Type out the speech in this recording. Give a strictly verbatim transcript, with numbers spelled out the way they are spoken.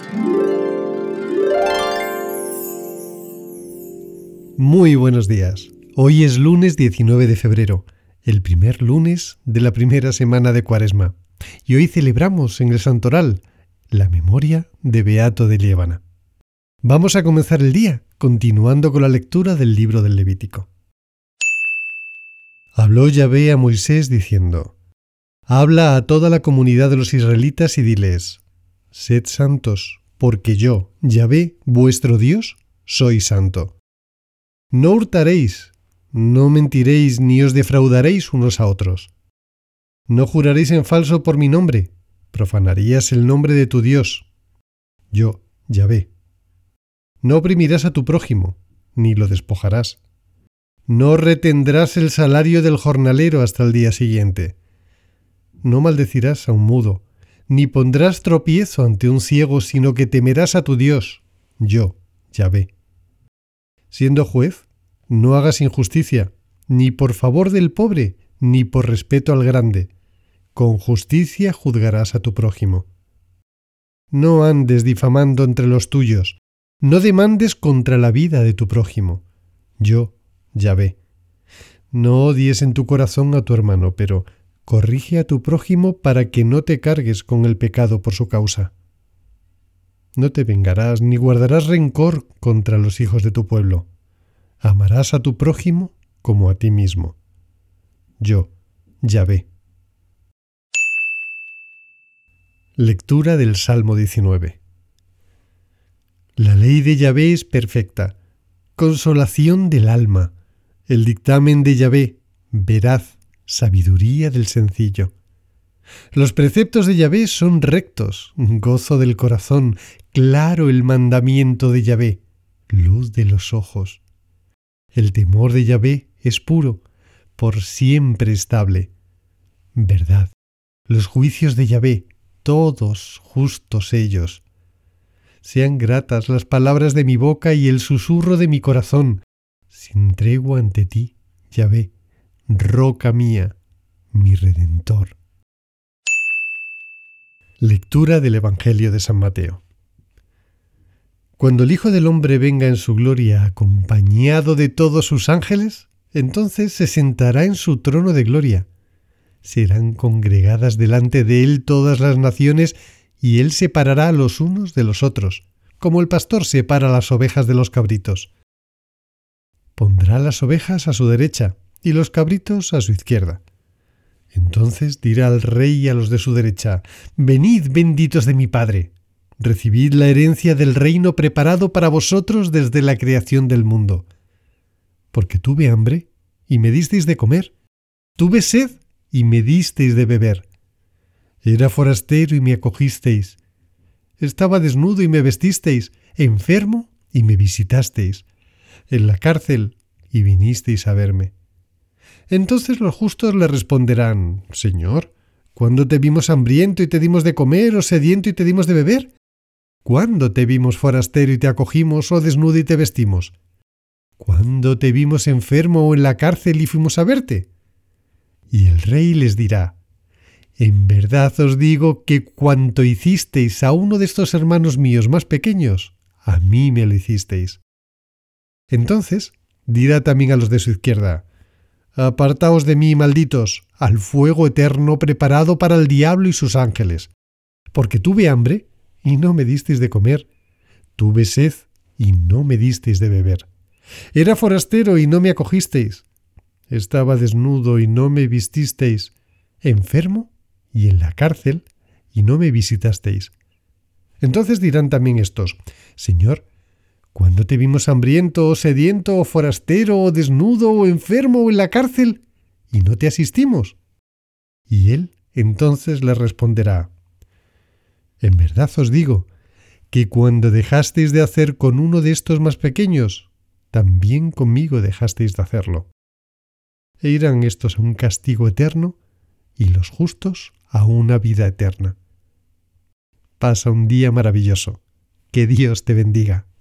Muy buenos días. Hoy es lunes diecinueve de febrero, el primer lunes de la primera semana de Cuaresma. Y hoy celebramos en el Santoral la memoria de Beato de Liébana. Vamos a comenzar el día continuando con la lectura del libro del Levítico. Habló Yahvé a Moisés diciendo: Habla a toda la comunidad de los israelitas y diles: Sed santos, porque yo, Yahvé, vuestro Dios, soy santo. No hurtaréis, no mentiréis ni os defraudaréis unos a otros. No juraréis en falso por mi nombre, profanarías el nombre de tu Dios. Yo, Yahvé. No oprimirás a tu prójimo, ni lo despojarás. No retendrás el salario del jornalero hasta el día siguiente. No maldecirás a un mudo, ni pondrás tropiezo ante un ciego, sino que temerás a tu Dios, yo, Yahvé. Siendo juez, no hagas injusticia, ni por favor del pobre, ni por respeto al grande. Con justicia juzgarás a tu prójimo. No andes difamando entre los tuyos, no demandes contra la vida de tu prójimo. Yo, Yahvé. No odies en tu corazón a tu hermano, pero corrige a tu prójimo para que no te cargues con el pecado por su causa. No te vengarás ni guardarás rencor contra los hijos de tu pueblo. Amarás a tu prójimo como a ti mismo. Yo, Yahvé. Lectura del Salmo diecinueve. La ley de Yahvé es perfecta, consolación del alma. El dictamen de Yahvé, veraz, sabiduría del sencillo. Los preceptos de Yahvé son rectos, gozo del corazón, claro el mandamiento de Yahvé, luz de los ojos. El temor de Yahvé es puro, por siempre estable. Verdad, los juicios de Yahvé, todos justos ellos. Sean gratas las palabras de mi boca y el susurro de mi corazón, sin tregua ante ti, Yahvé, roca mía, mi Redentor. Lectura del Evangelio de San Mateo. Cuando el Hijo del Hombre venga en su gloria acompañado de todos sus ángeles, entonces se sentará en su trono de gloria. Serán congregadas delante de él todas las naciones y él separará a los unos de los otros, como el pastor separa las ovejas de los cabritos. Pondrá las ovejas a su derecha y los cabritos a su izquierda. Entonces dirá al rey y a los de su derecha: Venid, benditos de mi Padre, recibid la herencia del reino preparado para vosotros desde la creación del mundo. Porque tuve hambre y me disteis de comer, tuve sed y me disteis de beber. Era forastero y me acogisteis, estaba desnudo y me vestisteis, enfermo y me visitasteis, en la cárcel y vinisteis a verme. Entonces los justos le responderán: Señor, ¿cuándo te vimos hambriento y te dimos de comer, o sediento y te dimos de beber? ¿Cuándo te vimos forastero y te acogimos, o desnudo y te vestimos? ¿Cuándo te vimos enfermo o en la cárcel y fuimos a verte? Y el rey les dirá: En verdad os digo que cuanto hicisteis a uno de estos hermanos míos más pequeños, a mí me lo hicisteis. Entonces dirá también a los de su izquierda: Apartaos de mí, malditos, al fuego eterno preparado para el diablo y sus ángeles. Porque tuve hambre y no me disteis de comer, tuve sed y no me disteis de beber. Era forastero y no me acogisteis, estaba desnudo y no me vististeis, enfermo y en la cárcel y no me visitasteis. Entonces dirán también estos: Señor, ¿cuándo te vimos hambriento o sediento o forastero o desnudo o enfermo o en la cárcel y no te asistimos? Y él entonces les responderá: En verdad os digo que cuando dejasteis de hacer con uno de estos más pequeños, también conmigo dejasteis de hacerlo. E irán estos a un castigo eterno y los justos a una vida eterna. Pasa un día maravilloso. Que Dios te bendiga.